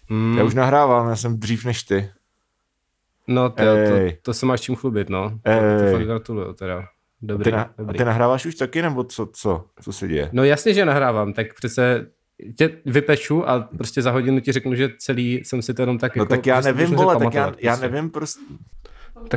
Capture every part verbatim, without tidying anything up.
Hmm. Já už nahrávám, já jsem dřív než ty. No, to, to, to se máš čím chlubit, no. To, to fakt gratuluju, teda. Dobrý, ty, na, dobrý. ty nahráváš už taky, nebo co, co, co se děje? No jasně, že nahrávám, tak přece tě vypeču a prostě za hodinu ti řeknu, že celý jsem si to jenom tak no jako... No tak já nevím, vole, tak já, prostě. já nevím prostě... Tak,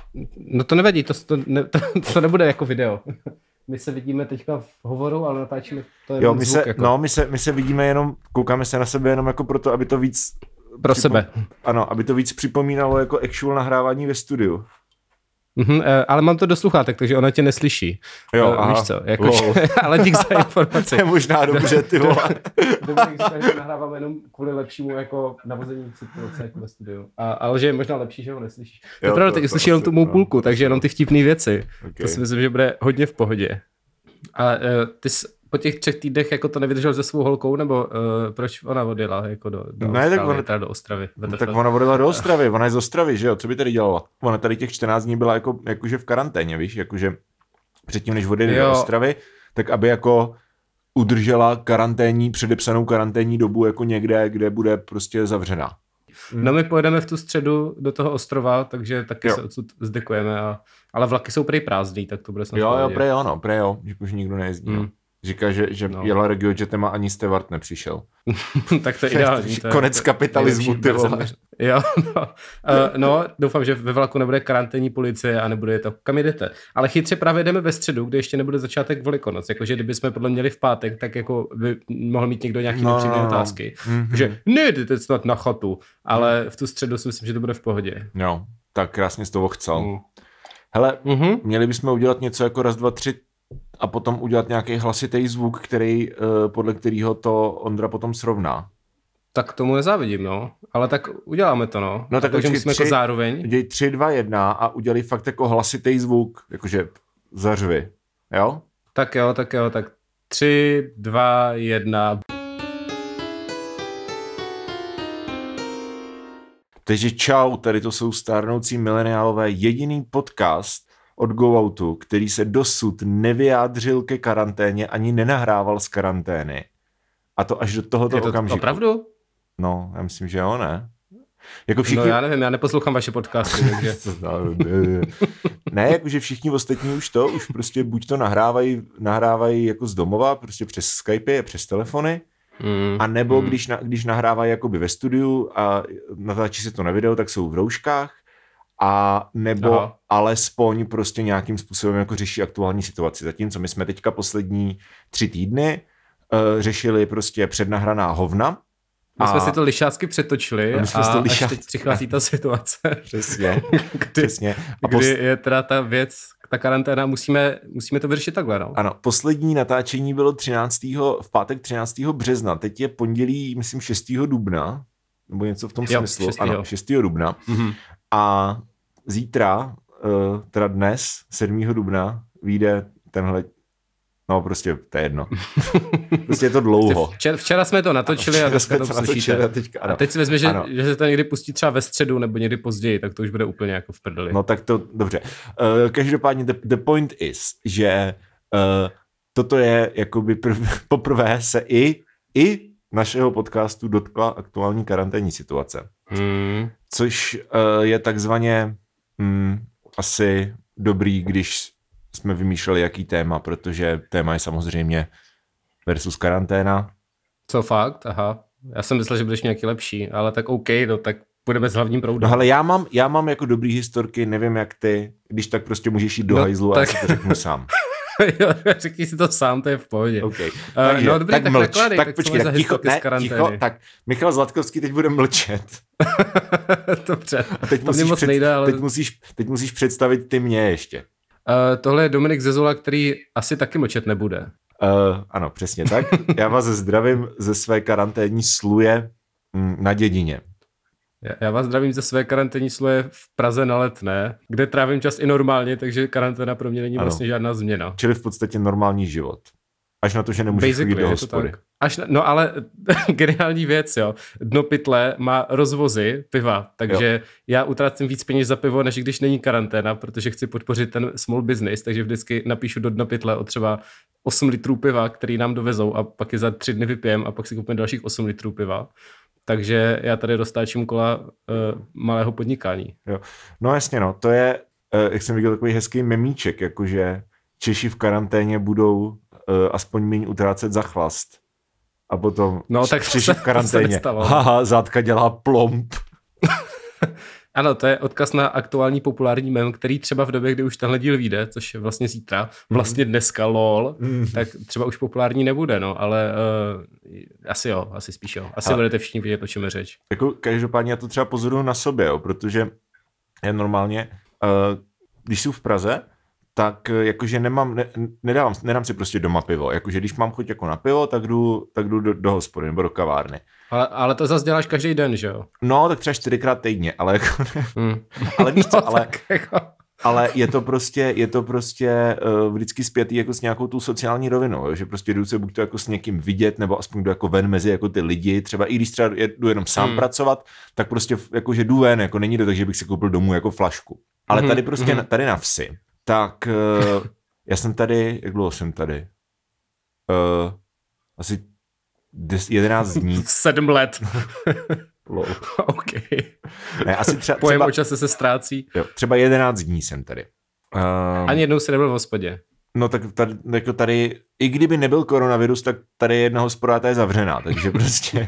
no to nevadí, to, to, ne, to, to nebude jako video. My se vidíme teďka v hovoru, ale natáčíme to jenom jo, my zvuk. Se, jako. No, my se, my se vidíme jenom, koukáme se na sebe jenom jako proto, aby to víc... Pro připom- sebe. Ano, aby to víc připomínalo jako actual nahrávání ve studiu. Mm-hmm, ale mám to do sluchátek, takže ona tě neslyší. Jo, uh, aha. Víš co, jako, ale dík za informaci. To je možná dobře, ty vole. Dobrý, že nahráváme jenom kvůli lepšímu jako navození situace jako ve studiu. A, ale že je možná lepší, že ho neslyšíš. To je pravda, teď slyší jenom tu mou půlku, takže jenom ty vtipný věci. Okay. To si myslím, že bude hodně v pohodě. A uh, ty jsi po těch třech týdnech jako to nevydržel se svou holkou, nebo uh, proč ona odjela jako do, do, ne, Ostravy, tak ona, teda do Ostravy? No, tak ona odjela do Ostravy, ona je z Ostravy, že jo, co by tady dělala? Ona tady těch čtrnáct dní byla jako, jakože v karanténě, víš, jakože předtím, než odjede do Ostravy, tak aby jako udržela karanténní, předepsanou karanténní dobu jako někde, kde bude prostě zavřená. No my pojedeme v tu středu do toho ostrova, takže taky jo. se odsud zdekujeme, a, ale vlaky jsou prej prázdný, tak to bude snad. Jo, jo, prej jo, no, prej jo, že už nikdo nejezdí. Mm. Říká, že, že no. jela RegioJetem a ani Stewart nepřišel. Tak to je ideální. To konec je, kapitalismu, ty vole. Jo, no. Uh, no, doufám, že ve vlaku nebude karanténní policie a nebude to, kam jdete. Ale chytře právě jdeme ve středu, kde ještě nebude začátek Velikonoc. Jakože kdybychom podle měli v pátek, tak jako by mohl mít někdo nějaký no, nepříjemné otázky. Mm-hmm. Že nejdete snad na chatu, ale v tu středu si myslím, že to bude v pohodě. Jo, tak krásně z toho chcel. Mm. Hele, mm-hmm. měli bychom udělat něco jako raz, dva, tři a potom udělat nějaký hlasitý zvuk, který, podle kterého to Ondra potom srovná. Tak tomu nezávidím, no. Ale tak uděláme to, no. No tak takže musíme tři, jako zároveň. Děj tři, dva, jedna a udělej fakt jako hlasitý zvuk, jakože zařvi, jo? Tak jo, tak jo, tak tři, dva, jedna. Takže čau, tady to jsou Stárnoucí mileniálové, jediný podcast od GoOutu, který se dosud nevyjádřil ke karanténě ani nenahrával z karantény. A to až do tohoto je to okamžiku. Opravdu? No, já myslím, že jo, ne? Jako všichni... No já nevím, já neposlouchám vaše podcasty, takže... Ne, jakože všichni ostatní už to, už prostě buď to nahrávají, nahrávají jako z domova, prostě přes Skype, přes telefony, mm, a nebo mm. když, na, když nahrávají jakoby ve studiu a natáčí se to na video, tak jsou v rouškách, a nebo Aha. alespoň prostě nějakým způsobem jako řeší aktuální situaci. Zatímco my jsme teďka poslední tři týdny uh, řešili prostě přednahraná hovna. My a... jsme si to lišácky přetočili a, a lišák... až teď přichází ta situace. Přesně, kdy, přesně. A kdy post... je teda ta věc, ta karanténa, musíme, musíme to vyřešit takhle, no. Ano, poslední natáčení bylo třináctého v pátek třináctého března, teď je pondělí, myslím, šestého dubna, nebo něco v tom jo, smyslu. šestého Ano, šestého dubna. Mm-hmm. A zítra, teda dnes, sedmého dubna, vyjde tenhle, no prostě to je jedno. Prostě je to dlouho. Včera, včera jsme to natočili a, a dneska to slyšíte. A, teďka, a teď si vezme, že, že se to někdy pustí třeba ve středu nebo někdy později, tak to už bude úplně jako v prdeli. No tak to, dobře. Uh, každopádně the, the point is, že uh, toto je jakoby prv, poprvé se i, i našeho podcastu dotkla aktuální karanténní situace. Hmm. Což uh, je takzvaně um, asi dobrý, když jsme vymýšleli jaký téma, protože téma je samozřejmě versus karanténa. Co fakt? Aha. Já jsem myslel, že budeš nějaký lepší, ale tak OK, no tak půjdeme s hlavním proudem. No ale já mám, já mám jako dobrý historky, nevím jak ty, když tak prostě můžeš jít do no, hajzlu tak... a já si to řeknu sám. Jo, řekni si to sám, to je v pohodě. Okay. Uh, Takže, no dobrý, tak, tak mlč, naklady, tak, tak počkej, tak ticho, ne, ticho, tak Michal Zlatkovský teď bude mlčet. Dobře, a teď to musíš, moc před, nejde, ale... teď, musíš, teď musíš představit ty mě ještě. Uh, tohle je Dominik Zezola, který asi taky mlčet nebude. Uh, ano, přesně tak. Já vás zdravím ze své karanténní sluje m, na Dědině. Já vás zdravím ze své karanténní sluje v Praze na Letné, kde trávím čas i normálně, takže karanténa pro mě není ano. vlastně žádná změna. Čili v podstatě normální život. Až na to, že nemůžeš chodit do hospody. Až na, no ale geniální věc, jo. Dno pytle má rozvozy piva, takže jo. já utrácím víc peněz za pivo, než když není karanténa, protože chci podpořit ten small business, takže vždycky napíšu do dna pytle o třeba osm litrů piva, který nám dovezou a pak je za tři dny vypijem a pak si koupím dalších osm litrů piva. takže já tady roztáčím kola uh, malého podnikání. Jo. No jasně, no, to je, uh, jak jsem viděl, takový hezký memíček, jakože Češi v karanténě budou uh, aspoň míň utrácet za chlast. A potom no, tak Češi v karanténě. Haha, zátka dělá plomb. Ano, to je odkaz na aktuální populární mem, který třeba v době, kdy už tenhle díl vyjde, což je vlastně zítra, vlastně dneska lol, mm. tak třeba už populární nebude, no, ale uh, asi jo, asi spíš jo. Asi a budete všichni vědět, o čem je řeč. Jako každopádně já to třeba pozoruju na sobě, jo, protože já normálně, uh, když jsou v Praze, tak jakože nemám, ne, nedávám, nedám si prostě doma pivo. Jakože když mám chuť jako na pivo, tak jdu, tak jdu do, do hospody nebo do kavárny. Ale, ale to zase děláš každý den, že jo? No, tak třeba čtyřikrát týdně, ale jako ne. Hmm. Ale víš co, no, ale, jako... ale je to prostě, je to prostě uh, vždycky zpětý jako s nějakou tu sociální rovinou, že prostě jdu se buď to jako s někým vidět, nebo aspoň jdu jako ven mezi jako ty lidi, třeba i když třeba jdu jenom sám hmm. pracovat, tak prostě jakože jdu ven, jako není to tak, že bych si koupil domů jako flašku. Ale hmm. tady prostě, hmm. tady na vsi, tak uh, já jsem tady, jak dlouho jsem tady? Uh, asi jedenáct dní. Sedm let. Lol. OK. Ne, asi třeba... Pojem třeba, o čase se ztrácí. Jo, třeba jedenáct dní jsem tady. Um, Ani jednou jsi nebyl v hospodě. No tak tady, jako tady, i kdyby nebyl koronavirus, tak tady jedna hospoda je zavřená, takže prostě...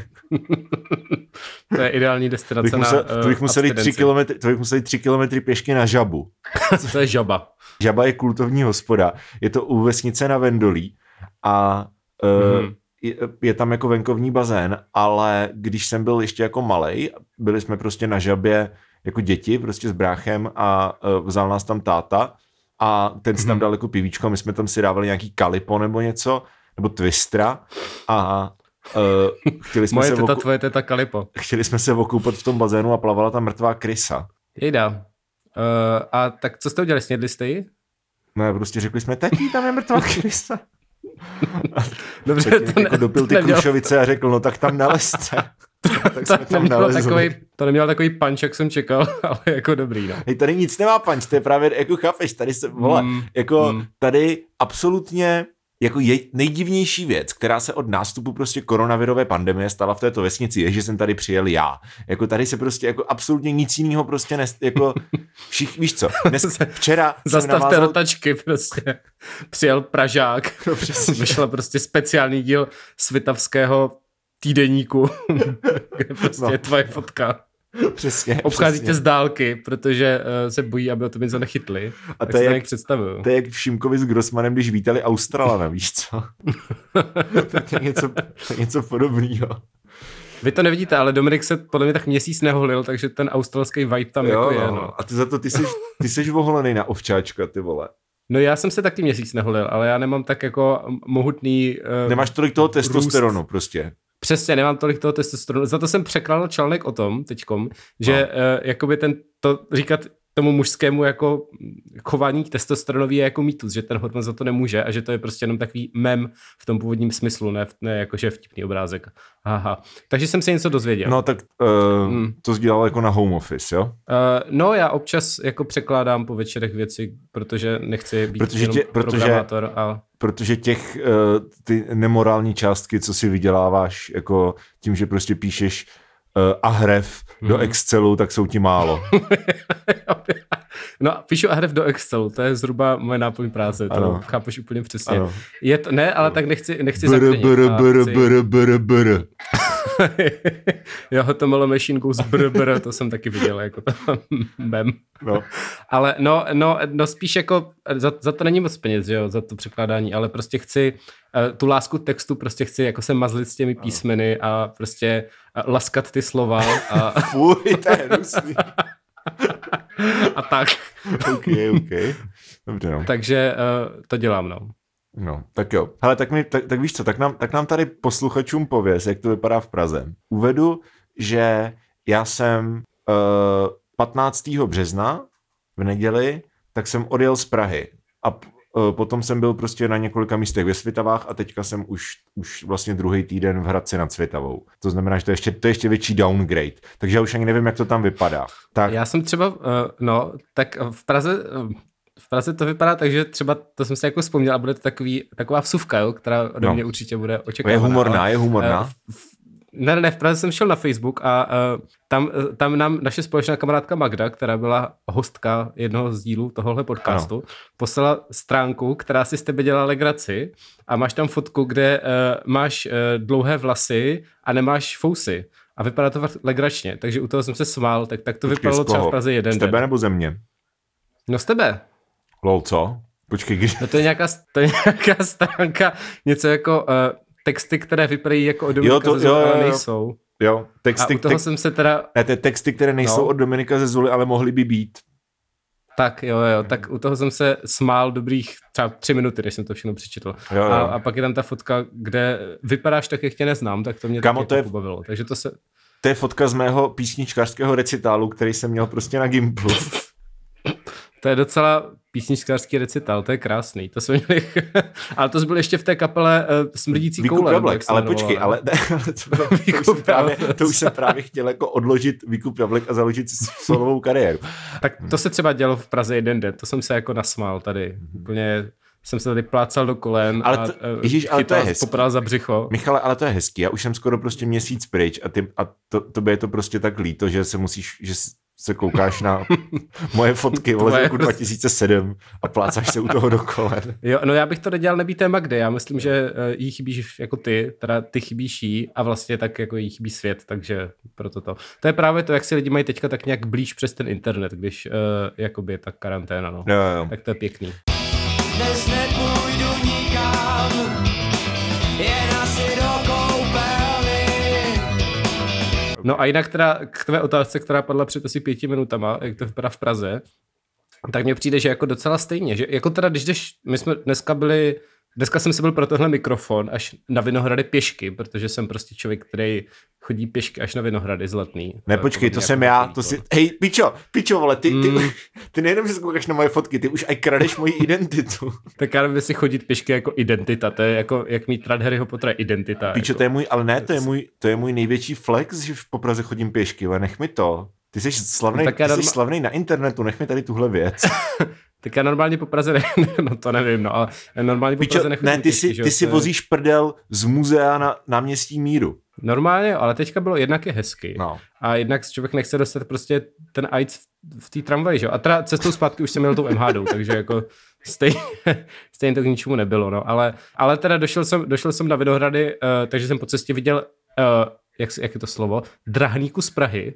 To je ideální destinace to bych musel, na to bych museli tři kilometry, to bych museli tři kilometry pěšky na Žabu. To je Žaba. Žaba je kultovní hospoda. Je to u vesnice na Vendolí a uh, mm. je, je tam jako venkovní bazén, ale když jsem byl ještě jako malej, byli jsme prostě na Žabě jako děti, prostě s bráchem a uh, vzal nás tam táta a ten si mm. tam dal jako pivíčko a my jsme tam si dávali nějaký kalipo nebo něco, nebo twistra a Uh, chtěli jsme Moje se teta, oku... tvoje teta Kalipo. Chtěli jsme se okoupat v tom bazénu a plavala tam mrtvá krysa. Jejda. Uh, a tak co jste udělali? Snědli jste ji? No prostě řekli jsme, tatí, tam je mrtvá krysa. Dobře, to ne, jako dopil ty neměl... krušovice a řekl, no tak tam nalezte. tak to, tam takový, to neměl takový punch, jak jsem čekal, ale jako dobrý, no. Hej, tady nic nemá punch, to je právě, jako chápeš, tady se, vole, mm, jako mm. tady absolutně jako je nejdivnější věc, která se od nástupu prostě koronavirové pandemie stala v této vesnici, je, že jsem tady přijel já. Jako tady se prostě jako absolutně nic jiného prostě nest, jako všich, víš co, dnes, včera zastavte navázal... rotačky prostě. Přijel Pražák. No, vyšla prostě speciální díl Svitavského týdeníku, kde prostě no. je tvoje fotka. Přesně, obchází přesně. tě z dálky, protože uh, se bojí, aby o to něco nechytli. A tak to je, jak, představuju. to je jak v Šimkovi s Grossmanem, když vítali Australana, víš co? to je něco, to je něco podobného. Vy to nevidíte, ale Dominik se podle mě tak měsíc neholil, takže ten australský vibe tam jo, jako no. je. No. A ty za to, ty jsi, ty jsi oholený na ovčáčka, ty vole. No já jsem se taky měsíc neholil, ale já nemám tak jako mohutný... Uh, Nemáš tolik toho testosteronu růst. Prostě. Přesně, nemám tolik toho testosteronu. Za to jsem překládal článek o tom teďkom, že no. uh, jakoby ten, to říkat tomu mužskému jako chování testosteronový je jako mýtus, že ten hormon za to nemůže a že to je prostě jenom takový mem v tom původním smyslu, ne, ne jakože vtipný obrázek. Aha. Takže jsem se něco dozvěděl. No tak uh, hmm. to jsi dělal jako na home office, jo? Uh, no já občas jako překládám po večerech věci, protože nechci být protože jenom tě, protože, programátor. A... Protože těch uh, ty nemorální částky, co si vyděláváš jako tím, že prostě píšeš uh, ahrev hmm. do Excelu, tak jsou ti málo. No, píšu ahrev do Excelu, to je zhruba moje náplň práce, to ano. chápeš úplně přesně. Ano. Je to, ne, ale tak nechci, nechci zaklinit. Br, br, br, br, br. Jo, to malo machine goes br, br, to jsem taky viděl, jako to mem. No. Ale no, no, no spíš jako, za, za to není moc peněz, jo, za to překládání, ale prostě chci, uh, tu lásku textu prostě chci jako se mazlit s těmi písmeny a prostě uh, laskat ty slova. A... Fuj, to je hnusný. A tak. OK, OK. Dobře, no. Takže uh, to dělám, no. No, tak jo. Hele, tak, mi, tak, tak víš co, tak nám, tak nám tady posluchačům pověz, jak to vypadá v Praze. Uvedu, že já jsem uh, patnáctého března v neděli, tak jsem odjel z Prahy a uh, potom jsem byl prostě na několika místech ve Svitavách a teďka jsem už, už vlastně druhý týden v Hradci nad Svitavou. To znamená, že to je ještě, to je ještě větší downgrade. Takže já už ani nevím, jak to tam vypadá. Tak. Já jsem třeba, uh, no, tak v Praze... Uh... V Praze to vypadá tak, že třeba, to jsem si jako vzpomněl, a bude to takový, taková vsuvka, jo, která ode mě no. určitě bude očekávaná. Je humorná, ale, je humorná. V, Ne, ne, ne, v Praze jsem šel na Facebook a uh, tam, uh, tam nám naše společná kamarádka Magda, která byla hostka jednoho z dílů tohohle podcastu, ano. poslala stránku, která si z tebe dělala legraci a máš tam fotku, kde uh, máš uh, dlouhé vlasy a nemáš fousy. A vypadá to legračně, takže u toho jsem se smál, tak, tak to Počkej, vypadalo třeba v Praze jeden den. Z tebe den. Nebo ze mě? No z tebe. Lol, co? Počkej, když... No to je nějaká, to je nějaká stránka, něco jako uh, texty, které vypadají jako od Dominika ze Zuly, ale nejsou. Jo, texty, a u toho text... jsem se teda... Ne, to je texty, které nejsou no. od Dominika ze Zuly, ale mohly by být. Tak jo, jo, tak u toho jsem se smál dobrých třeba tři minuty, než jsem to všechno přečetl. Jo, jo. A, a pak je tam ta fotka, kde vypadáš tak, jak tě neznám, tak to mě Kamo, taky to je... pobavilo. Takže to se... To je fotka z mého písničkářského recitálu, který jsem měl prostě na Gimplu. To je docela písničkářský recital, to je krásný. To jsme měli... ale to byl ještě v té kapele uh, Smrdící Výkup koule. jablek, ale počkej, ale, ne, ale to, to, to, už právě, to už jsem právě chtěl jako odložit Výkup jablek a založit solovou kariéru. Tak to se třeba dělo v Praze jeden den, to jsem se jako nasmál tady. Úplně jsem se tady plácal do kolen ale a to, ježiš, ale to je hezký. Popral za břicho. Michale, ale to je hezký. Já už jsem skoro prostě měsíc pryč a, ty, a to, tobě je to prostě tak líto, že se musíš, že se koukáš na moje fotky vole z roku dva tisíce sedm a plácáš se u toho do kolen. Jo, no já bych to nedělal nebýt té Magdy. Já myslím, že jí chybíš jako ty, teda ty chybíš jí a vlastně tak jako jí chybí svět, takže proto to. To je právě to, jak si lidi mají teďka tak nějak blíž přes ten internet, když uh, jakoby je ta karanténa, no. Jo, jo. Tak to je pěkný. Dnes nepůjdu nikam, jen asi do koupelny. No a jinak teda k tvé otázce, která padla před asi pěti minutama, jak to vypadá v Praze, tak mně přijde, že jako docela stejně, že jako teda, když jdeš, my jsme dneska byli, dneska jsem si byl pro tohle mikrofon až na Vinohrady pěšky, protože jsem prostě člověk, který chodí pěšky až na Vinohrady Zlatný. Ne, počkej, to jsem já, to si, hej, pičo, pičo, vole, ty, ty, mm. ty nejenom, že se koukáš na moje fotky, ty už aj kradeš moji identitu. Tak já nevím, jestli chodit pěšky jako identita, to je jako, jak mít rád Harryho Pottera, identita. Pičo, jako. to je můj, ale ne, to je můj, to je můj největší flex, že po Praze chodím pěšky, ale nech mi to. Ty jsi slavnej, no, ty norma... jsi slavnej na internetu, nech mi tady tuhle věc. Tak já normálně po Praze, ne, no to nevím, no, ale normálně po Pičo, Praze nechodím ne, ty si, pěšky, ty si vozíš prdel z muzea na náměstí Míru. Normálně, ale teďka bylo, jednak je hezky. No. A jednak člověk nechce dostat prostě ten ajc v té tramvaji, že jo. A teda cestou zpátky už jsem měl tou em há dou, takže jako stejně, stejně to k ničemu nebylo, no. Ale, ale teda došel jsem, došel jsem na Vinohrady, uh, takže jsem po cestě viděl, uh, jak, jak je to slovo, drahníku z Prahy.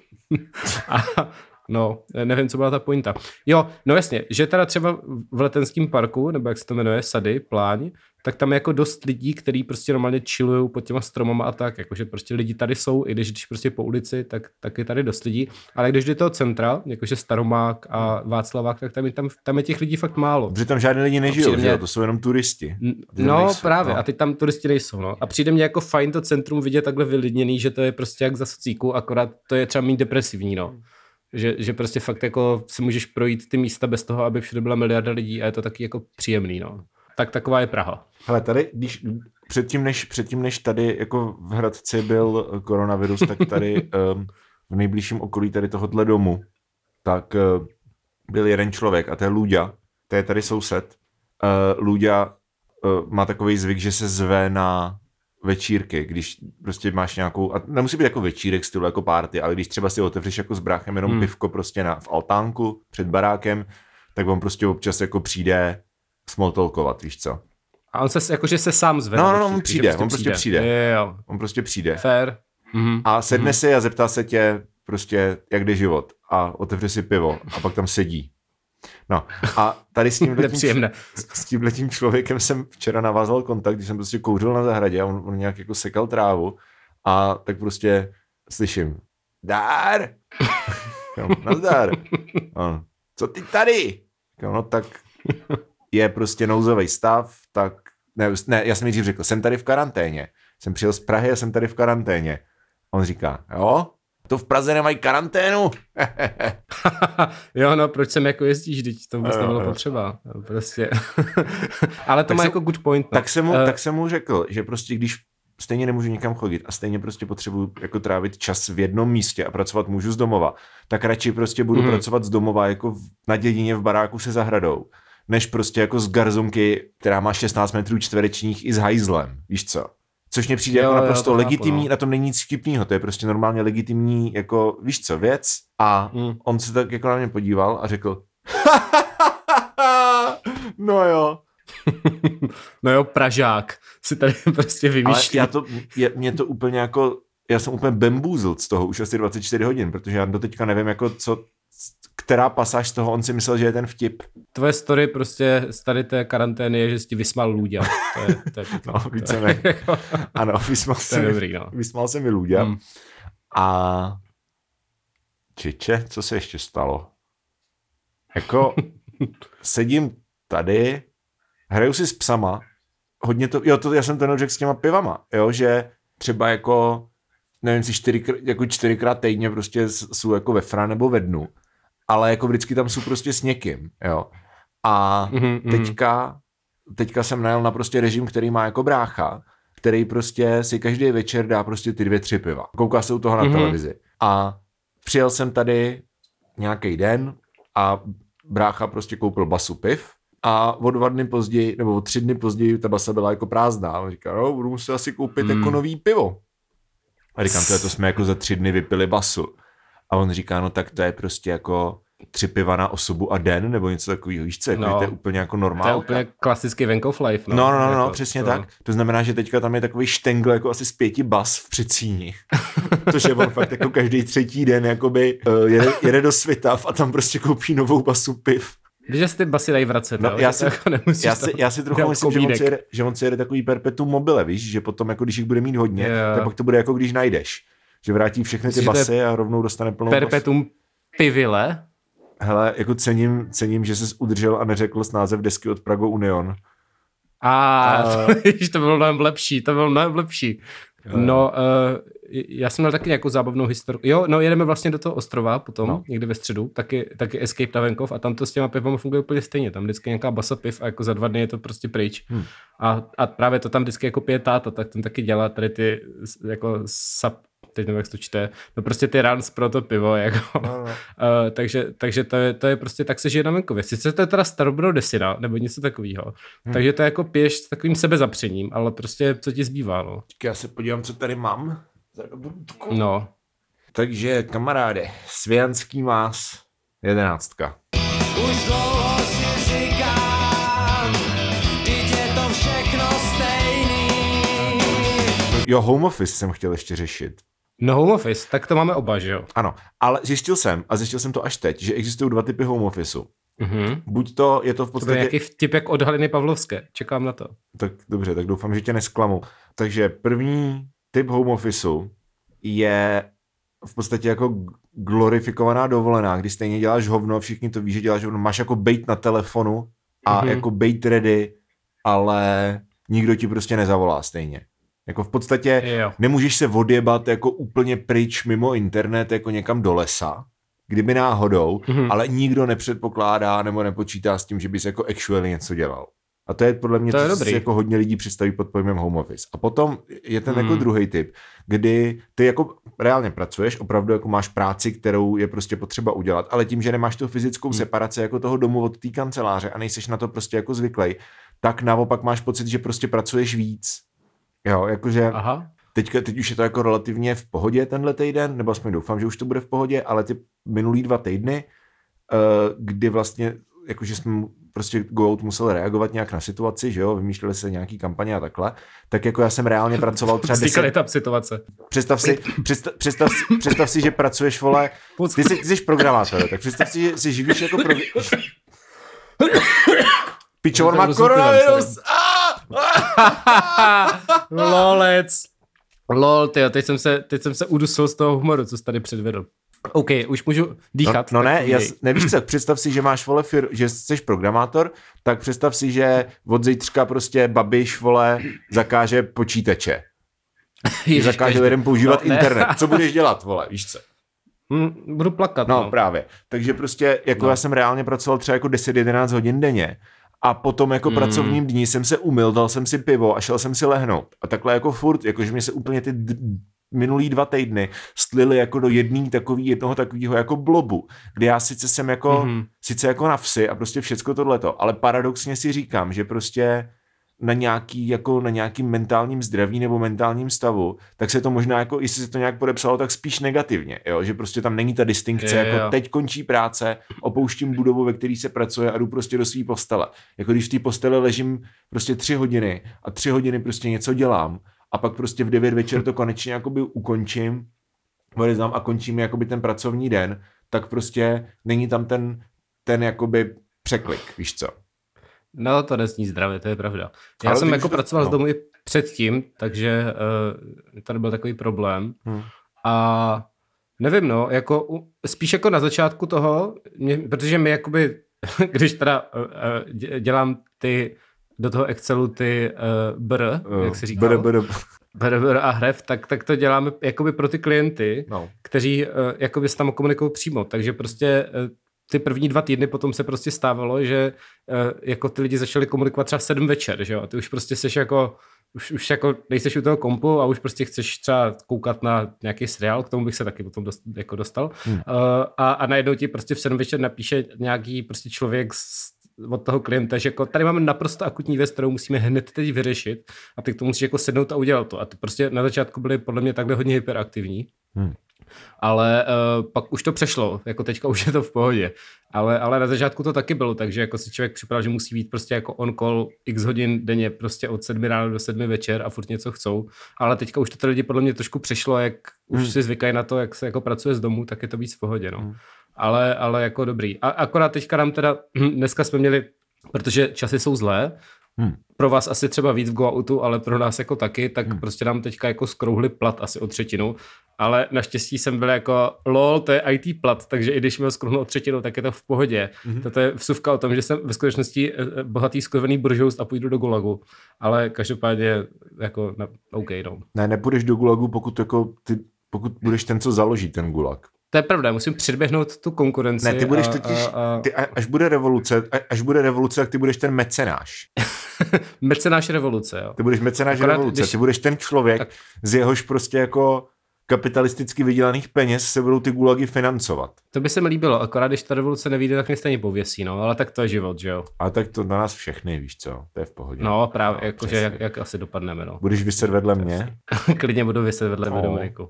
A no, nevím, co byla ta pointa. Jo, no jasně, že teda třeba v Letenském parku, nebo jak se to jmenuje, Sady, Pláň, tak tam je jako dost lidí, kteří prostě normálně chillujou pod těma stromama a tak, jakože prostě lidi tady jsou, i když, když prostě po ulici, tak, tak je tady dost lidí, ale když do toho centra, jakože Staromák a Václavák, tak tam je, tam, tam je těch lidí fakt málo. Protože tam žádný lidi nežijou, že jo, to jsou jenom turisti. No nejsou, právě, no. A teď tam turisti nejsou, no. A přijde mně jako fajn to centrum vidět takhle vylidněný, že to je prostě jak za socíku, akorát to je třeba méně depresivní, no. Že, že prostě fakt jako si můžeš projít ty místa bez toho, aby všude byla miliarda lidí a je to taky jako příjemný, no. Tak taková je Praha. Hele, tady, když předtím než, předtím, než tady jako v Hradci byl koronavirus, tak tady um, v nejbližším okolí tady tohohle domu, tak uh, byl jeden člověk a to je Lůďa, to je tady soused. Uh, Lůďa uh, má takový zvyk, že se zve na večírky, když prostě máš nějakou, a nemusí být jako večírek stylu, jako party, ale když třeba si otevřeš jako s bráchem jenom hmm. pivko prostě na, v altánku před barákem, tak on prostě občas jako přijde smalltalkovat, víš co. A on se, jakože se sám zve. No, no, no, on přijde, prostě on prostě přijde. přijde. Je, jo. On prostě přijde. Fair. Mm-hmm. A sedne mm-hmm. si a zeptá se tě prostě, jak jde život. A otevře si pivo a pak tam sedí. No a tady s tímhletím, s tímhletím člověkem jsem včera navázal kontakt, když jsem prostě kouřil na zahradě a on, on nějak jako sekal trávu a tak prostě slyším Dár! Nazdar! On, co ty tady? No tak je prostě nouzový stav, tak ne, ne, já jsem nejdřív řekl, jsem tady v karanténě. Jsem přijel z Prahy a jsem tady v karanténě. On říká, jo? To v Praze nemají karanténu? Jo, no, proč sem jako jezdíš, teď to vůbec nebylo potřeba. Prostě. Ale to tak má jsem, jako good point. No. Tak, jsem mu, uh, tak jsem mu řekl, že prostě když stejně nemůžu nikam chodit a stejně prostě potřebuji jako trávit čas v jednom místě a pracovat můžu z domova, tak radši prostě budu mm. pracovat z domova jako v, na dědině v baráku se zahradou, než prostě jako z garzonky, která má šestnáct metrů čtverečních i s hajzlem, víš co? Což mě přijde jo, jako naprosto jo, legitimní, chápu, no. Na tom není nic vtipného, to je prostě normálně legitimní, jako víš co, věc. A mm. on se tak jako na mě podíval a řekl no jo. No jo, Pražák si tady prostě vymýšlí. Ale já to, je, mě to úplně jako, já jsem úplně bamboozled z toho už asi dvacet čtyři hodin, protože já doteďka nevím, jako co, která pasáž z toho on si myslel, že je ten vtip. Tvoje story prostě z tady té karantény je, že jsi ti vysmal Lůďa. To je, to je no, víceméně. Ano, vysmal se, mi, dobrý, no. vysmal se mi Lůďa. Hmm. A čiče, co se ještě stalo? Jako sedím tady, hraju si s psama, hodně to, jo, to já jsem to řekl s těma pivama, jo, že třeba jako, nevím si, čtyřikrát, jako čtyřikrát týdně prostě jsou jako ve Fra nebo ve Dnu, ale jako vždycky tam jsou prostě s někým, jo. A mm-hmm. teďka, teďka jsem najel na prostě režim, který má jako brácha, který prostě si každý večer dá prostě ty dvě, tři piva. Kouká se u toho na mm-hmm. televizi. A přijel jsem tady nějaký den a brácha prostě koupil basu piv a o dva dny později, nebo o tři dny později ta basa byla jako prázdná. On říká, no, budu muset asi koupit mm. jako nový pivo. A říkám, to, je, to jsme jako za tři dny vypili basu. A on říká, no tak to je prostě jako tři piva na osobu a den, nebo něco takového, víš co, jako, no, to je úplně jako normálka. To je úplně klasický venkov life. No, no, no, no, jako, no přesně to... tak. To znamená, že teďka tam je takový štengl jako asi z pěti bas v předsíni. Což je on fakt jako každý třetí den jakoby uh, jede, jede do Svitav a tam prostě koupí novou basu piv. Když si ty basy dají vracet, no, jo, já, si, jako já, si, já si trochu myslím, že on, si jede, že on si jede takový perpetuum mobile, víš, že potom jako když jich bude mít hodně, yeah. tak pak to bude jako když najdeš. Že vrátí všechny ty Myslím, basy a rovnou dostane plnou perpetuum basu. Pivile? Hele, jako cením, cením, že jsi udržel a neřekl s název desky od Prago Union. A, a... to bylo mnohem lepší, to bylo mnohem lepší. Jo. No, uh, já jsem měl taky nějakou zábavnou historii. Jo, no jedeme vlastně do toho ostrova potom, no. někdy ve středu, taky, taky Escape na venkov a tam to s těma pivama funguje úplně stejně. Tam vždycky nějaká basa piv a jako za dva dny je to prostě pryč. Hmm. A, a právě to tam vždycky jako pije táta, tak ten taky dělá tady ty jako sap, teď nevím, jak se to čte, no prostě ty runs pro to pivo, jako. No, no. Uh, takže, takže to, je, to je prostě tak se žije na venkově. Sice to je teda starobro desina, nebo něco takového. Hmm. Takže to je jako piješ s takovým sebezapřením, ale prostě co ti zbývá, no. Já se podívám, co tady mám. No. Takže kamaráde, Svijanský más, jedenáctka. Už dlouho si říkám, teď je to všechno stejný. Jo, home office jsem chtěl ještě řešit. No home office, tak to máme oba, že jo? Ano, ale zjistil jsem, a zjistil jsem to až teď, že existují dva typy home officeu. Mm-hmm. Buď to je to v podstatě... To je nějaký vtip jak od Haliny Pavlovské, čekám na to. Tak dobře, tak doufám, že tě nesklamu. Takže první typ home officeu je v podstatě jako glorifikovaná dovolená, kdy stejně děláš hovno, všichni to ví, že děláš hovno, máš jako bejt na telefonu a mm-hmm. jako bejt ready, ale nikdo ti prostě nezavolá stejně. Jako v podstatě jo. nemůžeš se odjebat jako úplně pryč mimo internet jako někam do lesa, kdyby náhodou, mm-hmm. ale nikdo nepředpokládá nebo nepočítá s tím, že bys jako actually něco dělal. A to je podle mě, to to, je co dobrý. si jako hodně lidí představí pod pojmem home office. A potom je ten mm. jako druhý typ, kdy ty jako reálně pracuješ, opravdu jako máš práci, kterou je prostě potřeba udělat, ale tím, že nemáš tu fyzickou mm. separaci jako toho domu od té kanceláře a nejseš na to prostě jako zvyklej, tak naopak máš pocit, že prostě pracuješ víc. Jo, jakože Aha. Teďka, teď už je to jako relativně v pohodě tenhle týden, nebo aspoň doufám, že už to bude v pohodě, ale ty minulý dva týdny, kdy vlastně jakože jsme prostě Go Out musel reagovat nějak na situaci, že jo, vymýšleli se nějaký kampaně a takhle, tak jako já jsem reálně pracoval třeba deset... tam situace. Představ si, představ, představ, si, představ si, že pracuješ, vole, ty jsi, ty jsi programátor, tak představ si, že si živíš jako pro... Pičo, on má koronavirus! Lolec. Lol, tyjo, teď jsem se, teď jsem se udusil z toho humoru, co jsi tady předvedl. OK, už můžu dýchat. No, no ne, jas, nevíš co, představ si, že máš, vole, fir, že jsi programátor, tak představ si, že od zítřka prostě Babiš, vole, zakáže počítače. Ježiš, zakáže každý... lidem používat no, internet. Co budeš dělat, vole, víš co? Hmm, budu plakat. No, no, právě. Takže prostě, jako no. já jsem reálně pracoval třeba jako deset jedenáct hodin denně a potom jako mm. pracovním dní jsem se umyl, dal jsem si pivo a šel jsem si lehnout. A takhle jako furt, jakože mě se úplně ty d- minulý dva týdny stlily jako do jedný takový, jednoho takového jako blobu, kde já sice jsem jako, mm. sice jako na vsi a prostě všecko tohleto, ale paradoxně si říkám, že prostě na nějaký, jako na nějakým mentálním zdraví nebo mentálním stavu, tak se to možná, jako, jestli se to nějak podepsalo, tak spíš negativně, jo? Že prostě tam není ta distinkce, je, jako jo. Teď končí práce, opouštím budovu, ve který se pracuje a jdu prostě do svý postele. Jako když v té postele ležím prostě tři hodiny a tři hodiny prostě něco dělám a pak prostě v devět večer to konečně jakoby ukončím, a končím jakoby ten pracovní den, tak prostě není tam ten, ten jakoby překlik, víš co? No, to nezní zdravě, to je pravda. Já ale jsem jako to... pracoval no. z domu i předtím, takže uh, tady byl takový problém. Hmm. A nevím, no, jako u, spíš jako na začátku toho, mě, protože my jakoby, když teda uh, dělám ty, do toho Excelu ty uh, br, uh, jak se říká, br, br. br, br a href, tak, tak to děláme jakoby pro ty klienty, no. kteří uh, jakoby s tam komunikují přímo, takže prostě uh, ty první dva týdny potom se prostě stávalo, že uh, jako ty lidi začali komunikovat třeba sedm večer, že jo, a ty už prostě seš jako, už, už jako nejseš u toho kompu a už prostě chceš třeba koukat na nějaký seriál, k tomu bych se taky potom dost, jako dostal, hmm. uh, a, a najednou ti prostě v sedm večer napíše nějaký prostě člověk z, od toho klienta, že jako tady máme naprosto akutní věc, kterou musíme hned teď vyřešit a ty k tomu musíš jako sednout a udělat to. A ty prostě na začátku byly podle mě takhle hodně hyperaktivní. Hmm. Ale uh, pak už to přešlo, jako teďka už je to v pohodě, ale, ale na začátku to taky bylo, takže jako si člověk připravil, že musí být prostě jako on call x hodin denně prostě od sedmi ráno do sedmi večer a furt něco chcou, ale teďka už to ty lidi podle mě trošku přešlo, jak už hmm. si zvykají na to, jak se jako pracuje z domu, tak je to víc v pohodě, no. Hmm. Ale, ale jako dobrý. A akorát teďka nám teda, dneska jsme měli, protože časy jsou zlé, Hmm. pro vás asi třeba víc v GoOutu, ale pro nás jako taky, tak hmm. prostě nám teďka jako skrouhli plat asi o třetinu, ale naštěstí jsem byl jako lol, to je í té plat, takže i když mi ho skrouhnu o třetinu, tak je to v pohodě. Hmm. Toto je vsuvka o tom, že jsem ve skutečnosti bohatý skurvený buržoust a půjdu do gulagu, ale každopádně jako na, OK, no. Ne, nepůjdeš do gulagu, pokud, jako ty, pokud budeš ten, co založí ten gulag. To je pravda, musím předběhnout tu konkurenci. Ne, ty budeš a, totiž, a, a... Ty, až bude revoluce, až bude revoluce, tak ty budeš ten mecenáš. Mecenáš revoluce, jo. Ty budeš mecenáš Akorát, revoluce, když... ty budeš ten člověk, tak... z jehož prostě jako kapitalisticky vydělaných peněz se budou ty gulagy financovat. To by se mi líbilo, akorát když ta revoluce nevyjde, tak mě stejně pověsí, no, ale tak to je život, že jo. Ale tak to na nás všechny, víš co, to je v pohodě. No, právě, no, jakože jak, jak asi dopadneme, no. Budeš vyset vedle mě? Klidně budu vyset vedle mě, Dominiku.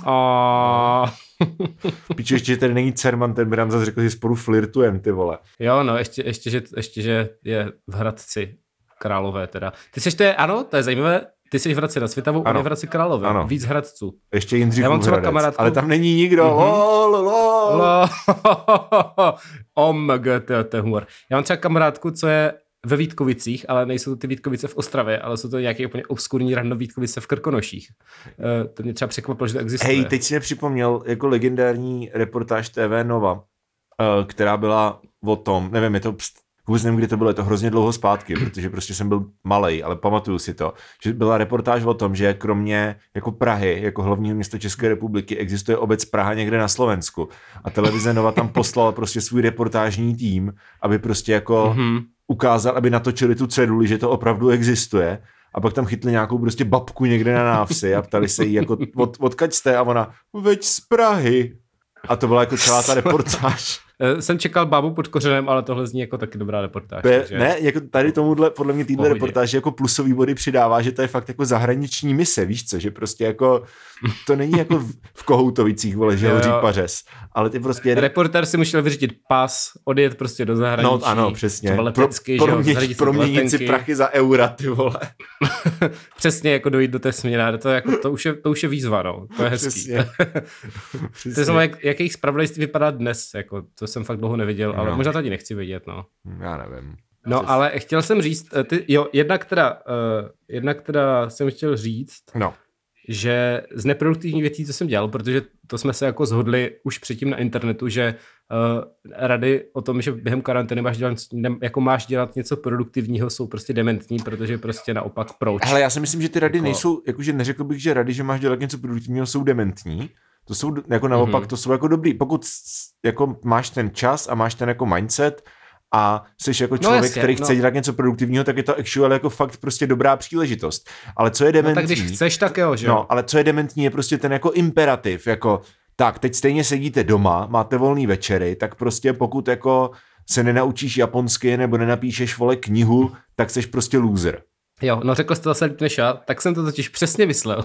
Oh. Píču, ještě, že tady není Cerman, ten by nám zase řekl, že spolu flirtujem, ty vole. Jo, no, ještě, ještě, že, ještě, že je v Hradci Králové teda. Ty seš to je, ano, to je zajímavé, ty jsi v Hradci na Světavou, on je v Hradci Králové, ano. Víc Hradců. Ještě Jindřichův Hradec, kamarádku... ale tam není nikdo, mm-hmm. lol, lol. lol. Omg, to, to je humor. Já mám třeba kamarádku, co je ve Vítkovicích, ale nejsou to ty Vítkovice v Ostravě, ale jsou to nějaké úplně obskurní rando Vítkovice v Krkonoších. Uh, to mě třeba překvapilo, že to existuje. Hej, teď si nepřipomněl jako legendární reportáž T V Nova, uh, která byla o tom, nevím, je to vůbec nevím, kdy to bylo, je to hrozně dlouho zpátky, protože prostě jsem byl malej, ale pamatuju si to, že byla reportáž o tom, že kromě jako Prahy, jako hlavního města České republiky, existuje obec Praha někde na Slovensku a televize Nova tam poslala prostě svůj reportážní tým, aby prostě jako mm-hmm. ukázal, aby natočili tu ceduli, že to opravdu existuje. A pak tam chytli nějakou prostě babku někde na návsi a ptali se jí jako, od, odkaď jste? A ona, veď z Prahy. A to byla jako celá ta reportáž. Jsem čekal bábu pod kořenem, ale tohle zní jako taky dobrá reportáž. Je, ne, jako tady tomuhle, podle mě týhle reportáže jako plusový body přidává, že to je fakt jako zahraniční mise, víš co, že prostě jako, to není jako v, v Kohoutovicích, vole, že hoří pařez, ale ty prostě... Reportér si musel vyřídit pas, odjet prostě do zahraničí. No ano, přesně. Letecky, Pro, proměnit, proměnit si prachy za eura, ty vole. Přesně, jako dojít do té směny, to, jako, to, už je, to už je výzva, no. To je hezký. Přesně. Přesně. To znamená, jak, jakých zpravodajství vypadá dnes, jako, to jsem fakt dlouho neviděl, ale no. možná tady nechci vidět, no. Já nevím. No, Přes... ale chtěl jsem říct, ty, jo, jednak teda, uh, jednak teda jsem chtěl říct, no. že z neproduktivní věcí, co jsem dělal, protože to jsme se jako shodli už předtím na internetu, že uh, rady o tom, že během karantény máš dělat, ne, jako máš dělat něco produktivního, jsou prostě dementní, protože prostě naopak proč. Hele, já si myslím, že ty rady jako... nejsou, jakože neřekl bych, že rady, že máš dělat něco produktivního, jsou dementní. To jsou jako naopak, mm-hmm. to jsou jako dobrý. Pokud jako máš ten čas a máš ten jako mindset a jsi jako člověk, no jasně, který chce no. dělat něco produktivního, tak je to actually jako fakt prostě dobrá příležitost. Ale co je dementní? No tak když chceš, tak jo, že jo. No, ale co je dementní je prostě ten jako imperativ, jako tak, teď stejně sedíte doma, máte volný večery, tak prostě pokud jako se nenaučíš japonsky nebo nenapíšeš, vole, knihu, tak seš prostě loser. Jo, no řekl jsi to zase líp než já, tak jsem to totiž přesně myslel.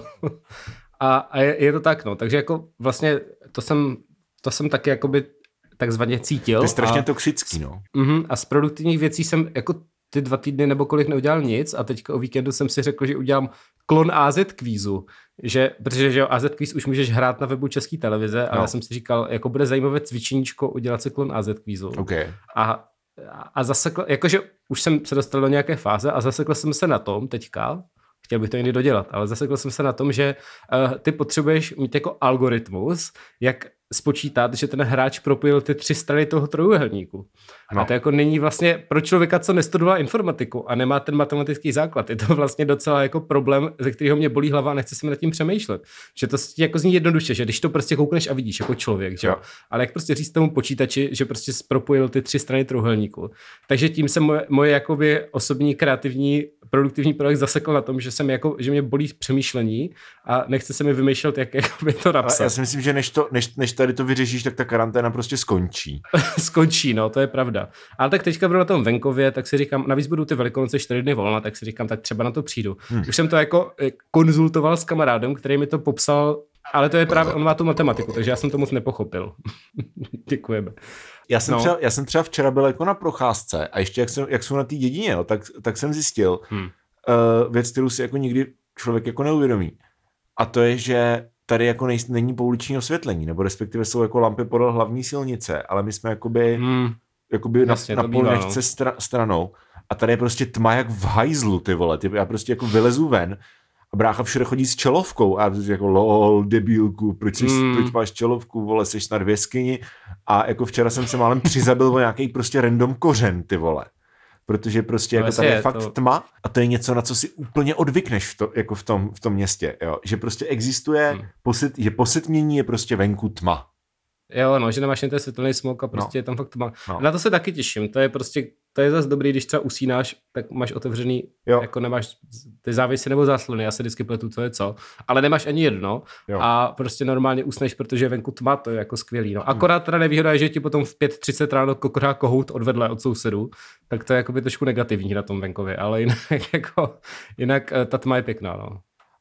a a je, je to tak, no. Takže jako vlastně to jsem, to jsem taky jakoby takzvaně cítil. To je strašně a, toxický, no. Uh-huh, a z produktivních věcí jsem jako ty dva týdny nebo kolik neudělal nic a teďka o víkendu jsem si řekl, že udělám klon á zet kvízu, že, protože že jo, á zet kvíz už můžeš hrát na webu České televize, ale no. já jsem si říkal, jako bude zajímavé cvičeníčko udělat si klon á zet kvízu. Okay. A, a zasekl, jakože už jsem se dostal do nějaké fáze a zasekl jsem se na tom teďka, chtěl bych to někdy dodělat, ale zasekl jsem se na tom, že uh, ty potřebuješ mít jako algoritmus, jak spočítat, že ten hráč propojil ty tři strany toho trojuhelníku. No. A to jako není vlastně pro člověka, co nestudoval informatiku a nemá ten matematický základ. Je to vlastně docela jako problém, ze kterého mě bolí hlava a nechce si mi nad tím přemýšlet. Že to jako zní jednoduše, že když to prostě koukneš a vidíš jako člověk, že? Ale jak prostě říct tomu počítači, že prostě propojil ty tři strany trojuhelníku. Takže tím se moje, moje jakoby osobní kreativní produktivní projekt zasekl na tom, že jsem jako, že mě bolí přemýšlení a nechce se mi vymýšlet, jak jakoby to napsat. Já si myslím, že než, to, než, než tady to vyřešíš, tak ta karanténa prostě skončí. Skončí, no, to je pravda. Ale tak teďka budu na tom venkově, tak si říkám, navíc budu ty Velikonoce čtyři dny volna, tak si říkám, tak třeba na to přijdu. Hmm. Už jsem to jako konzultoval s kamarádem, který mi to popsal, ale to je právě, on má tu matematiku, takže já jsem to moc nepochopil. Děkujeme. Já jsem, no. třeba, já jsem třeba včera byl jako na procházce a ještě jak, jsem, jak jsou na té dědině, jo, tak, tak jsem zjistil hmm. uh, věc, kterou si jako nikdy člověk jako neuvědomí. A to je, že tady jako nej, není pouliční osvětlení, nebo respektive jsou jako lampy podél hlavní silnice, ale my jsme jakoby, hmm. jakoby Jasně, na, na polnešce stra, stranou a tady je prostě tma jak v hajzlu, ty vole. Ty, já prostě jako vylezu ven a brácha všude chodí s čelovkou a já prostě jako lol, debílku, proč, jsi, hmm. proč máš čelovku, vole, jsi snad v jeskyni a jako včera jsem se málem přizabil o nějaký prostě random kořen, ty vole. Protože prostě jako tady je, je fakt to... tma a to je něco, na co si úplně odvykneš v, to, jako v, tom, v tom městě, jo? Že prostě existuje, hmm. posit, že posetmění je prostě venku tma. Jo, no, že nemáš jen ten světelný smog a prostě no. je tam fakt tma. No. Na to se taky těším, to je prostě, to je zase dobrý, když třeba usínáš, tak máš otevřený, jo. jako nemáš ty závisy nebo záslony, já se vždycky pletu, co je co, ale nemáš ani jedno jo. a prostě normálně usneš, protože je venku tma, to je jako skvělý. No. Akorát teda nevýhoda je, že ti potom v pět třicet ráno kokořá kohout odvedle od sousedů, tak to je jako by trošku negativní na tom venkově, ale jinak, jako, jinak ta tma je pěkná, no.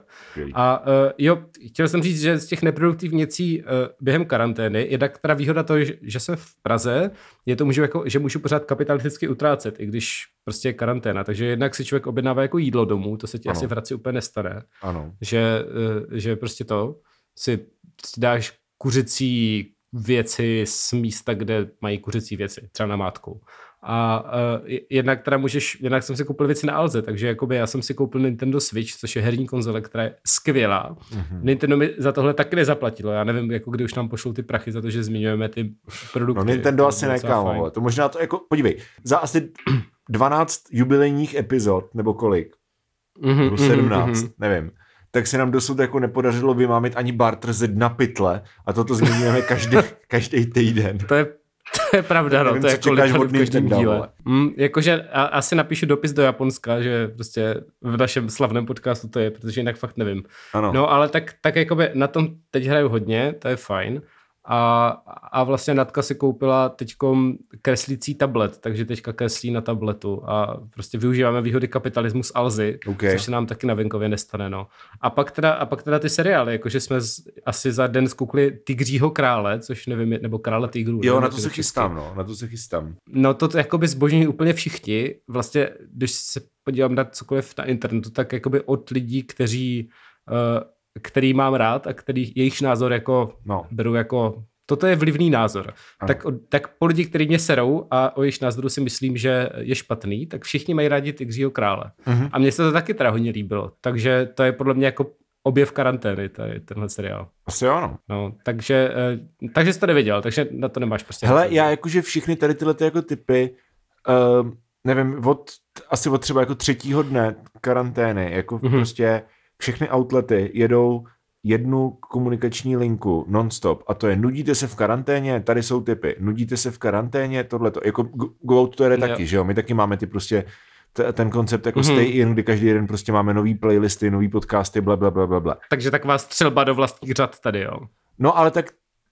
A uh, jo, chtěl jsem říct, že z těch neproduktivních věcí uh, během karantény je tak teda výhoda to, že, že jsem v Praze, je to můžu jako, že můžu pořád kapitalisticky utrácet, i když prostě je karanténa, takže jednak si člověk objednává jako jídlo domů, to se ti ano. asi v Hradci úplně nestane, ano. Že, uh, že prostě to si, si dáš kuřecí věci z místa, kde mají kuřecí věci, třeba na mátku. A uh, jednak teda můžeš, jednak jsem si koupil věci na Alze, takže jakoby já jsem si koupil Nintendo Switch, což je herní konzole, která je skvělá. Mm-hmm. Nintendo mi za tohle taky nezaplatilo, já nevím, jako kdy už nám pošlou ty prachy za to, že zmiňujeme ty produkty. No Nintendo asi nekámo, to možná to jako, podívej, za asi dvanáct jubilejních epizod, nebo kolik, mm-hmm, nebo sedmnáct, mm-hmm. nevím, tak se nám dosud jako nepodařilo vymámit ani barter ze dna pytle a toto zmiňujeme každý, každý týden. To je To je pravda, no, to je jako v každém díle. Mm, jakože a, asi napíšu dopis do Japonska, že prostě v našem slavném podcastu to je, protože jinak fakt nevím. Ano. No, ale tak, tak jakoby na tom teď hraju hodně, to je fajn. A, a vlastně Natka si koupila teďkom kreslící tablet, takže teďka kreslí na tabletu a prostě využíváme výhody kapitalismu z Alzy, okay. což se nám taky na venkově nestane, no. A pak teda, a pak teda ty seriály, jakože jsme z, asi za den zkoukli Tygřího krále, což nevím, nebo Krále tygrů. Jo, na to se chystám, no, na to se chystám. No to jakoby zbožňují úplně všichni, vlastně, když se podívám na cokoliv na internetu, tak jakoby od lidí, kteří uh, který mám rád a který jejich názor jako no. beru jako, toto je vlivný názor. Tak, tak po lidi, kteří mě serou a o jejich názoru si myslím, že je špatný, tak všichni mají rádi Tygřího krále. Uh-huh. A mně se to taky teda hodně líbilo. Takže to je podle mě jako objev karantény, tady, tenhle seriál. Asi jo, no. no takže, takže jsi to neviděl, takže na to nemáš prostě. Hele, já jakože všechny tady tyhle ty jako typy, uh, nevím, od, asi od třeba jako třetího dne karantény, jako uh-huh. prostě všechny outlety jedou jednu komunikační linku non-stop a to je nudíte se v karanténě, tady jsou tipy, nudíte se v karanténě, tohleto, jako Go Out to jede taky, jo. že jo, my taky máme ty prostě t- ten koncept jako mm-hmm. stay in, kdy každý den prostě máme nový playlisty, nový podcasty, bla, bla, bla, bla, bla. Takže taková střelba do vlastních řad tady, jo. No ale tak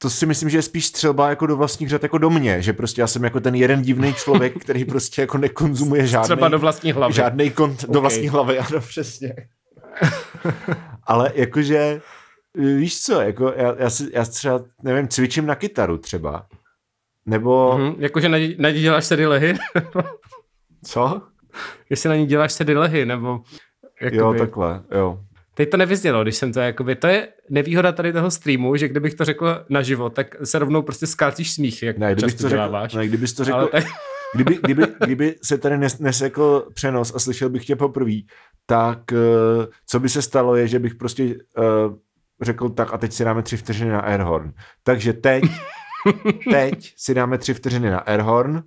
to si myslím, že je spíš střelba jako do vlastních řad, jako do mě, že prostě já jsem jako ten jeden divný člověk, který prostě jako nekonzumuje žádný... Třeba do vlastní hlavy. Žádný kont okay. do vlastní hlavy, ano, přesně. Ale jakože, víš co, jako já, já, si, já třeba, nevím, cvičím na kytaru třeba. Nebo... Mm-hmm. Jakože na, na ní děláš sedy lehy? Co? Jestli na ní děláš sedy lehy, nebo... Jakoby... Jo, takhle, jo. Teď to nevyznělo, když jsem to jakoby, to je nevýhoda tady toho streamu, že kdybych to řekl naživo, tak se rovnou prostě skácíš smíchy, jak ne, často to děláváš. Řekl, ne, kdybys to řekl, tak... kdyby, kdyby, kdyby se tady nes, nesekl přenos a slyšel bych tě poprvé, tak uh, co by se stalo je, že bych prostě uh, řekl tak a teď si dáme tři vteřiny na airhorn. Takže teď, teď si dáme tři vteřiny na airhorn.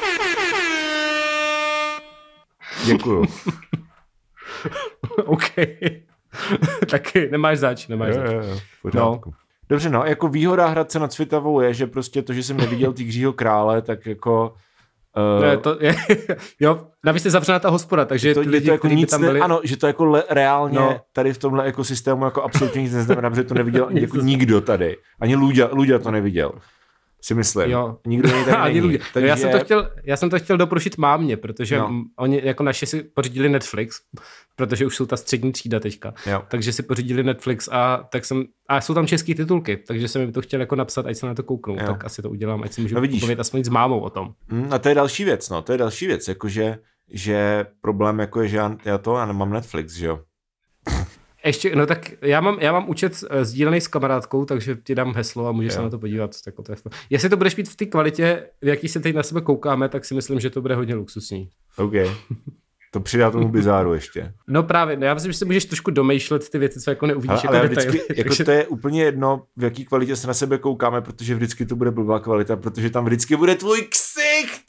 Děkuju. OK. Taky nemáš zač, nemáš zač. Jo, jo, pořádku. No. Dobře, no, jako výhoda hrát se nad Svitavou je, že prostě to, že jsem neviděl Tygřího krále, tak jako... Uh, ne, to je, jo, navíc je zavřená ta hospoda, takže to, ty lidi, to jako nic tam byli... Ne, ano, že to jako le, reálně no. tady v tomhle ekosystému jako absolutně nic neznamená, protože to neviděl jako nikdo tady. Ani Luďa, Luďa to neviděl. Si myslím. Jo. Nikdo tady Ani není. Takže... já, jsem to chtěl, já jsem to chtěl doporučit mámě, protože no. oni jako naši si pořídili Netflix, protože už jsou ta střední třída teďka. Jo. Takže si pořídili Netflix a tak jsem a jsou tam české titulky, takže jsem jim to chtěl jako napsat, ať se na to kouknou, jo. Tak asi to udělám, ať si můžu no povědět aspoň s mámou o tom. Mm, a to je další věc, no, to je další věc, jakože že problém jako je, že já, já to já nemám Netflix, že jo. Ještě, no tak já mám, já mám účet sdílený s kamarádkou, takže ti dám heslo a můžeš jo. se na to podívat. Tak to je... Jestli to budeš mít v té kvalitě, v jaký se teď na sebe koukáme, tak si myslím, že to bude hodně luxusní. OK. To přidá tomu bizáru ještě. No právě, já myslím, že si můžeš trošku domýšlet ty věci, co jako neuvidíš. Ale, jako ale vždycky, detaily, jako takže... to je úplně jedno, v jaký kvalitě se na sebe koukáme, protože vždycky to bude blbá kvalita, protože tam vždycky bude tvůj ksicht.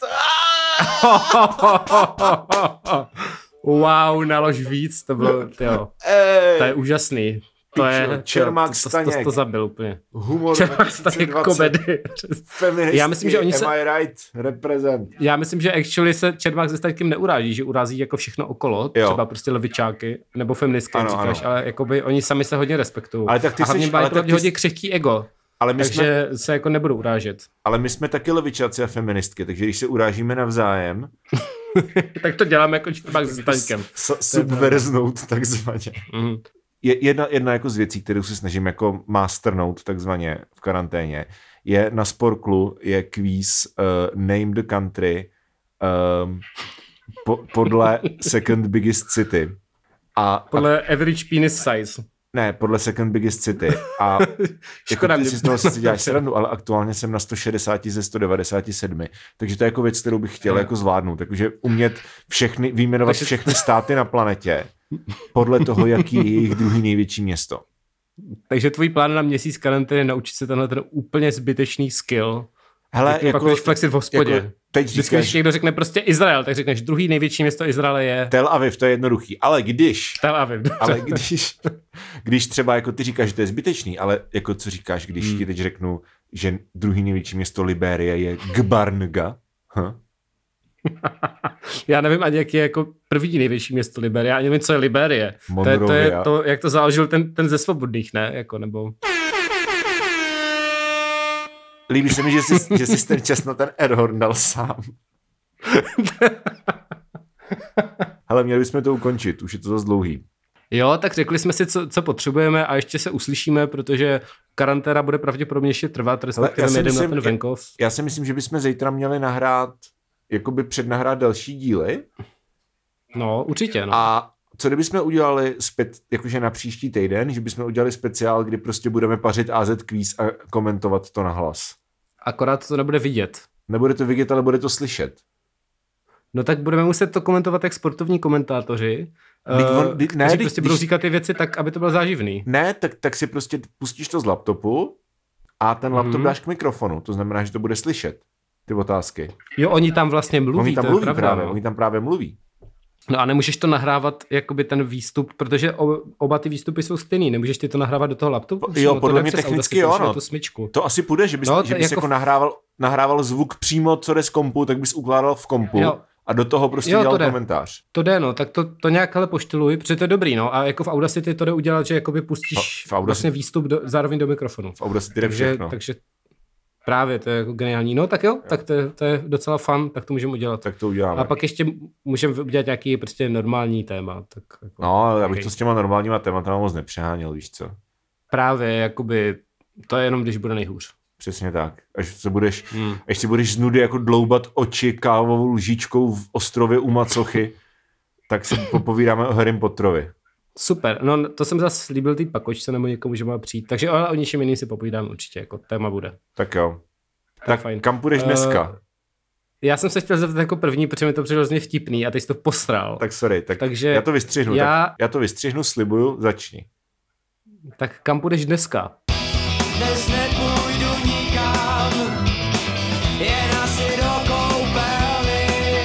Wow, nalož víc, to bylo, jo. To je úžasný. To je, Čermák to, Staněk. To, to, to zabil úplně. Humor Čermák Staněk komedy. Já myslím, že oni se... Am I right? Represent. Já myslím, že actually se Čermák se Staňkem neuráží, že urazí jako všechno okolo, jo. Třeba prostě levičáky, nebo feministky, jak říkáš, ale jakoby oni sami se hodně respektují. Ale tak ty a hlavně jsi, mají ty... hodně křehký ego. Ale my takže jsme... se jako nebudou urážet. Ale my jsme taky levičáci a feministky, takže když se urážíme navzájem... tak to děláme jako Čermák se Staňkem. Subverznout takzvaně. Mm. Jedna, jedna jako z věcí, kterou se snažím jako masternout takzvaně v karanténě, je na Sporklu je kvíz uh, Name the Country um, po, podle Second Biggest City. A, podle a, Average Penis Size. Ne, podle Second Biggest City. A jako ty si z toho si děláš srandu, ale aktuálně jsem na sto šedesát ze sto devadesát sedm. Takže to je jako věc, kterou bych chtěl jako zvládnout. Takže umět všechny, vyjmenovat všechny státy na planetě podle toho, jaký je jejich druhý největší město. Takže tvůj plán na měsíc karantény je naučit se tenhle ten úplně zbytečný skill. Hele, jak jako, pak budeš flexit v hospodě. Jako teď vždycky, říkáš, když někdo řekne prostě Izrael, tak řekneš druhý největší město Izraele je... Tel Aviv, to je jednoduchý. Ale když... Tel Aviv. Ale když, když třeba jako ty říkáš, že to je zbytečný, ale jako co říkáš, když hmm. ti teď řeknu, že druhý největší město Liberie je Gbarnga? Huh? Já nevím ani, jaký je jako první největší město Liberie. Já ani nevím, co je Liberie. To je, to je to, jak to založil ten, ten ze Svobodných, ne? Jako, nebo... Líbí se mi, že jsi, že jsi ten čas na ten airhorn dal sám. Hele, měli bychom to ukončit, už je to zase dlouhý. Jo, tak řekli jsme si, co, co potřebujeme a ještě se uslyšíme, protože karanténa bude pravděpodobně ještě trvat, respektive jedeme na ten venkov. Já, já si myslím, že bychom zítra měli nahrát, jakoby přednahrát další díly. No, určitě. No. A co kdybychom udělali, spe, jakože na příští týden, že bychom udělali speciál, kdy prostě budeme pařit á zet quiz a komentovat to nahlas. Akorát to nebude vidět. Nebude to vidět, ale bude to slyšet. No tak budeme muset to komentovat jak sportovní komentátoři, on, kdy, ne, kteří kdy, prostě když, budou říkat ty věci tak, aby to bylo záživný. Ne, tak, tak si prostě pustíš to z laptopu a ten laptop mm. dáš k mikrofonu. To znamená, že to bude slyšet, ty otázky. Jo, oni tam vlastně mluví. Oni tam to mluví pravda, právě, no. oni tam právě mluví. No a nemůžeš to nahrávat jakoby ten výstup, protože oba ty výstupy jsou stejný, nemůžeš ty to nahrávat do toho laptopu? Jo, podle mě technicky jo, no. To, smyčku. To asi půjde, že bys, no, že bys jako... jako nahrával, nahrával zvuk přímo, co jde z kompu, tak bys ukládal v kompu. Jo. a do toho prostě jo, dělal to komentář. To jde, no, tak to, to nějak ale poštyluj, protože to je dobrý, no, a jako v Audacity to jde udělat, že jakoby pustíš v Audacity, vlastně výstup do, zároveň do mikrofonu. V Audacity jde takže, všechno. takže právě, to je jako geniální. No tak jo, jo. tak to, to je docela fun, tak to můžeme udělat. Tak to uděláme. A pak ještě můžeme udělat nějaký prostě normální téma. Tak jako, no, abych okay. to s těma normálníma tématama moc nepřeháněl, víš co. Právě, jakoby, to je jenom, když bude nejhůř. Přesně tak. Až se budeš, hmm. až si budeš z nudy jako dloubat oči kávovou lžičkou v ostrově u Macochy, tak si popovídáme o Harrym Potterovi. Super, no to jsem zase slíbil té pakočce, nebo někomu, že má přijít. Takže ale o něčem jiným si popovídám určitě, jako téma bude. Tak jo. Tak, tak fajn. Kam půjdeš dneska? Uh, já jsem se chtěl zeptat jako první, protože mi to přišlo hrozně vtipný a teď jsi to posral. Tak sorry, tak Takže já to vystřihnu. Já... Tak já to vystřihnu, slibuju, začni. Tak kam půjdeš dneska? Dnes nepůjdu nikam, jen asi do koupelny.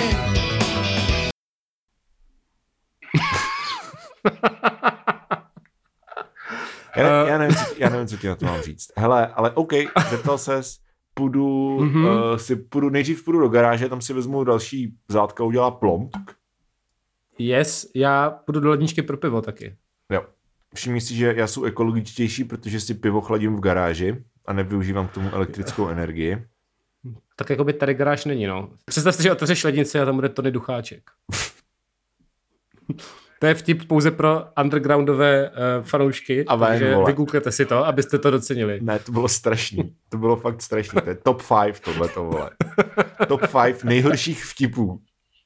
já, já, nevím, co, já nevím, co ti na to mám říct. Hele, ale OK, zeptal ses, půjdu, mm-hmm. uh, si půjdu, nejdřív půjdu do garáže, tam si vezmu další zátka, udělá plomb. Yes, já půjdu do ledničky pro pivo taky. Jo. Všimni si, že já jsem ekologičtější, protože si pivo chladím v garáži a nevyužívám k tomu elektrickou energii. Tak jako by tady garáž není, no. Představ si, že otevřeš lednici a tam bude tony ducháček. To je vtip pouze pro undergroundové uh, fanoušky, a ven, takže vole. vygooglete si to, abyste to docenili. Ne, to bylo strašný. To bylo fakt strašný. To je top five tohleto, vole. Top five nejhorších vtipů.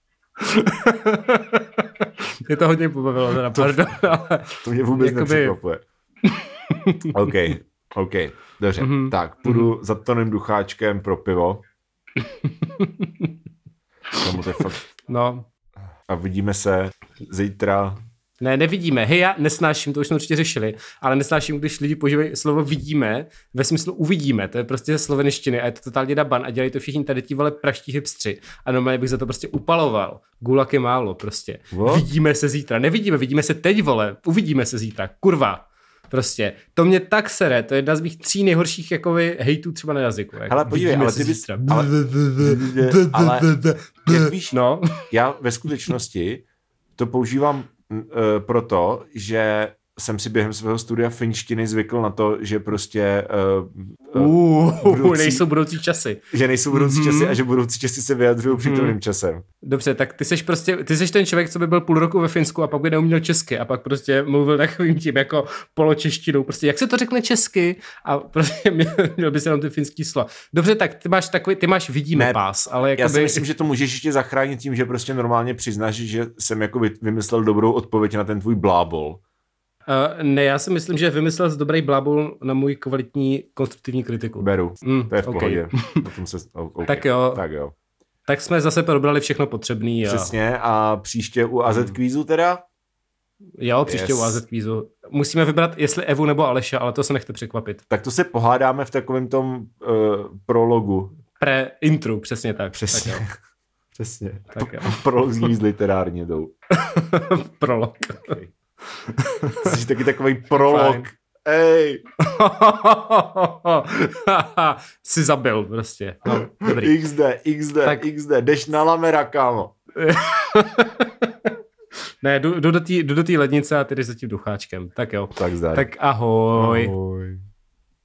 Mě to hodně pobavilo, teda, pardon, ale... To mě vůbec jakoby... nepřekvapuje. OK, OK, dobře. Mm-hmm. Tak, půjdu mm-hmm. za tonem ducháčkem pro pivo. Tomu to je fakt... No. A vidíme se zítra. Ne, nevidíme. Hej, já nesnáším, to už jsme určitě řešili, ale nesnáším, když lidi používají slovo vidíme ve smyslu uvidíme. To je prostě ze slovenštiny a je to totálně daban a dělají to všichni tady ti vole praští hipstři. A normálně bych za to prostě upaloval. Gulak je málo prostě. What? Vidíme se zítra. Nevidíme, vidíme se teď, vole. Uvidíme se zítra. Kurva. Prostě. To mě tak sere. To je jedna z mých tří nejhorších jakoby hejtů třeba na jazyku. Jak hele, podívej, ale ty bys... Ale, ale jak víš, no? Já ve skutečnosti to používám uh, proto, že jsem si během svého studia finštiny zvykl na to, že prostě uh, uh, budoucí, nejsou budoucí časy. Že nejsou budoucí mm-hmm. časy a že budoucí časy se vyjadřují mm-hmm. přítomným časem. Dobře, tak ty seš prostě, ty seš ten člověk, co by byl půl roku ve Finsku a pak by neuměl česky a pak prostě mluvil takovým tím jako poločeštinou. Prostě jak se to řekne česky a prostě měl, měl by se jenom ty finský slova. Dobře, tak ty máš takový, ty máš vidíme ne, pás, ale jakoby... Já si myslím, že to můžeš ještě zachránit tím, že prostě normálně přiznáš, že jsem jakoby vymyslel dobrou odpověď na ten tvůj blábol. Uh, ne, já si myslím, že vymyslel z dobrý blábol na můj kvalitní konstruktivní kritiku. Beru, mm, to je v okay. pohodě. Potom se, okay. tak, jo. tak jo. Tak jsme zase probrali všechno potřebný. A... Přesně a příště u A Z kvízu teda? Jo, příště yes. u A Z kvízu. Musíme vybrat, jestli Evu nebo Aleša, ale to se nechte překvapit. Tak to se pohádáme v takovém tom uh, prologu. Pre intru, přesně tak. Přesně. Tak jo. Přesně. Tak jo. Prolog zní z literárně jdou. Prolog. Okay. Jsi taky takový prolog. Fine. Ej. Jsi zabil prostě. No, dobrý. iks dé, iks dé, tak... iks dé. Jdeš na lamera, kámo. Ne, jdu, jdu do té lednice a ty jdeš za tím ducháčkem. Tak jo. Tak zdar. Tak ahoj. Ahoj.